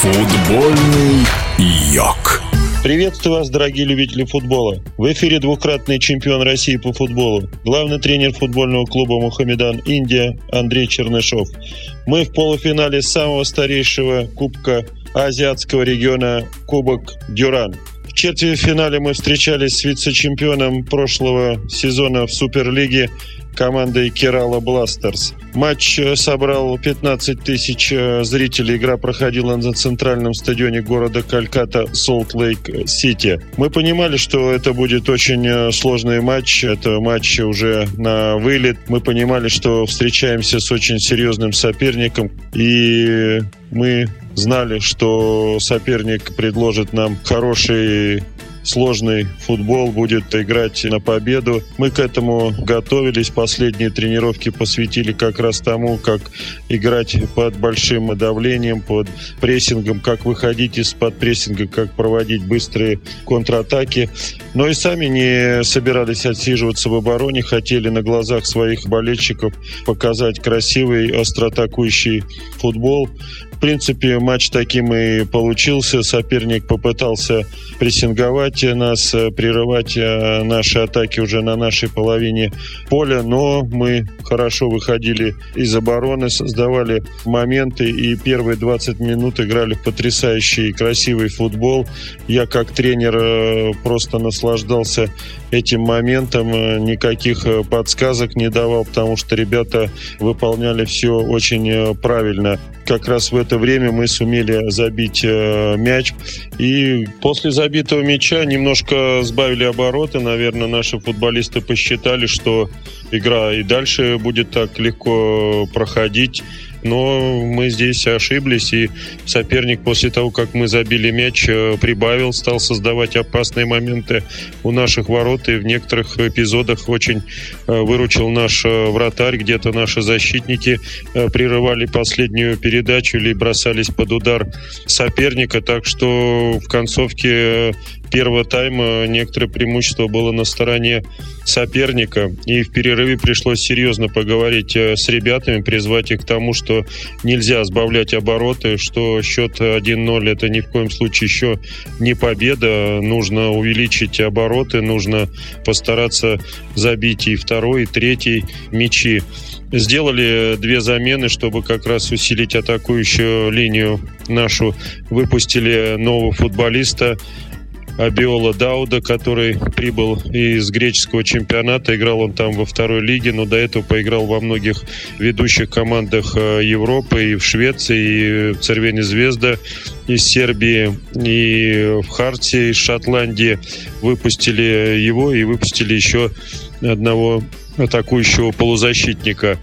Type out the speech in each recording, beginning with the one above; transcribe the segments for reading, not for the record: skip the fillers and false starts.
Футбольный йог. Приветствую вас, дорогие любители футбола. В эфире двукратный чемпион России по футболу, главный тренер футбольного клуба «Мохамедан Индия» Андрей Чернышов. Мы в полуфинале самого старейшего кубка азиатского региона Кубок Дюран. В четвертьфинале мы встречались с вице-чемпионом прошлого сезона в Суперлиге командой Керала Бластерс. Матч собрал 15 тысяч зрителей. Игра проходила на центральном стадионе города Калькатта, Солт-Лейк-Сити. Мы понимали, что это будет очень сложный матч. Это матч уже на вылет. Мы понимали, что встречаемся с очень серьезным соперником. И мы знали, что соперник предложит нам хороший, сложный футбол, будет играть на победу. Мы к этому готовились. Последние тренировки посвятили как раз тому, как играть под большим давлением, под прессингом, как выходить из-под прессинга, как проводить быстрые контратаки. Но и сами не собирались отсиживаться в обороне, хотели на глазах своих болельщиков показать красивый, остроатакующий футбол. В принципе, матч таким и получился. Соперник попытался прессинговать нас, прерывать наши атаки уже на нашей половине поля, но мы хорошо выходили из обороны, создавали моменты и первые 20 минут играли в потрясающий красивый футбол. Я как тренер просто наслаждался этим моментом, никаких подсказок не давал, потому что ребята выполняли все очень правильно. Как раз в это время мы сумели забить мяч. И после забитого мяча немножко сбавили обороты. Наверное, наши футболисты посчитали, что игра и дальше будет так легко проходить. Но мы здесь ошиблись, и соперник после того, как мы забили мяч, прибавил, стал создавать опасные моменты у наших ворот, и в некоторых эпизодах очень выручил наш вратарь, где-то наши защитники прерывали последнюю передачу или бросались под удар соперника, так что в концовке первого тайма некоторое преимущество было на стороне соперника, и в перерыве пришлось серьезно поговорить с ребятами, призвать их к тому, что нельзя сбавлять обороты, что счет 1-0 это ни в коем случае еще не победа, нужно увеличить обороты, нужно постараться забить и второй, и третий мячи. Сделали 2 замены, чтобы как раз усилить атакующую линию нашу. Выпустили нового футболиста Абиола Дауда, который прибыл из греческого чемпионата. Играл он там во второй лиге, но до этого поиграл во многих ведущих командах Европы, и в Швеции, и в Цервени Звезда из Сербии, и в Харте из Шотландии. Выпустили его и выпустили еще одного атакующего полузащитника.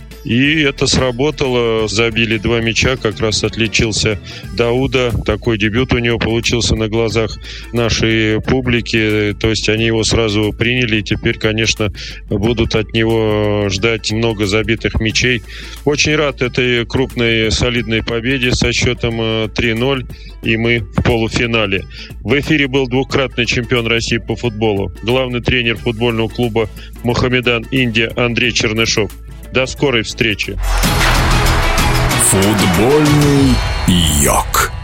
И это сработало, забили 2 мяча, как раз отличился Дауда, такой дебют у него получился на глазах нашей публики, то есть они его сразу приняли, и теперь, конечно, будут от него ждать много забитых мячей. Очень рад этой крупной, солидной победе со счетом 3-0, и мы в полуфинале. В эфире был двукратный чемпион России по футболу, главный тренер футбольного клуба «Мохамедан Индия» Андрей Чернышов. До скорой встречи. Футбольный йог.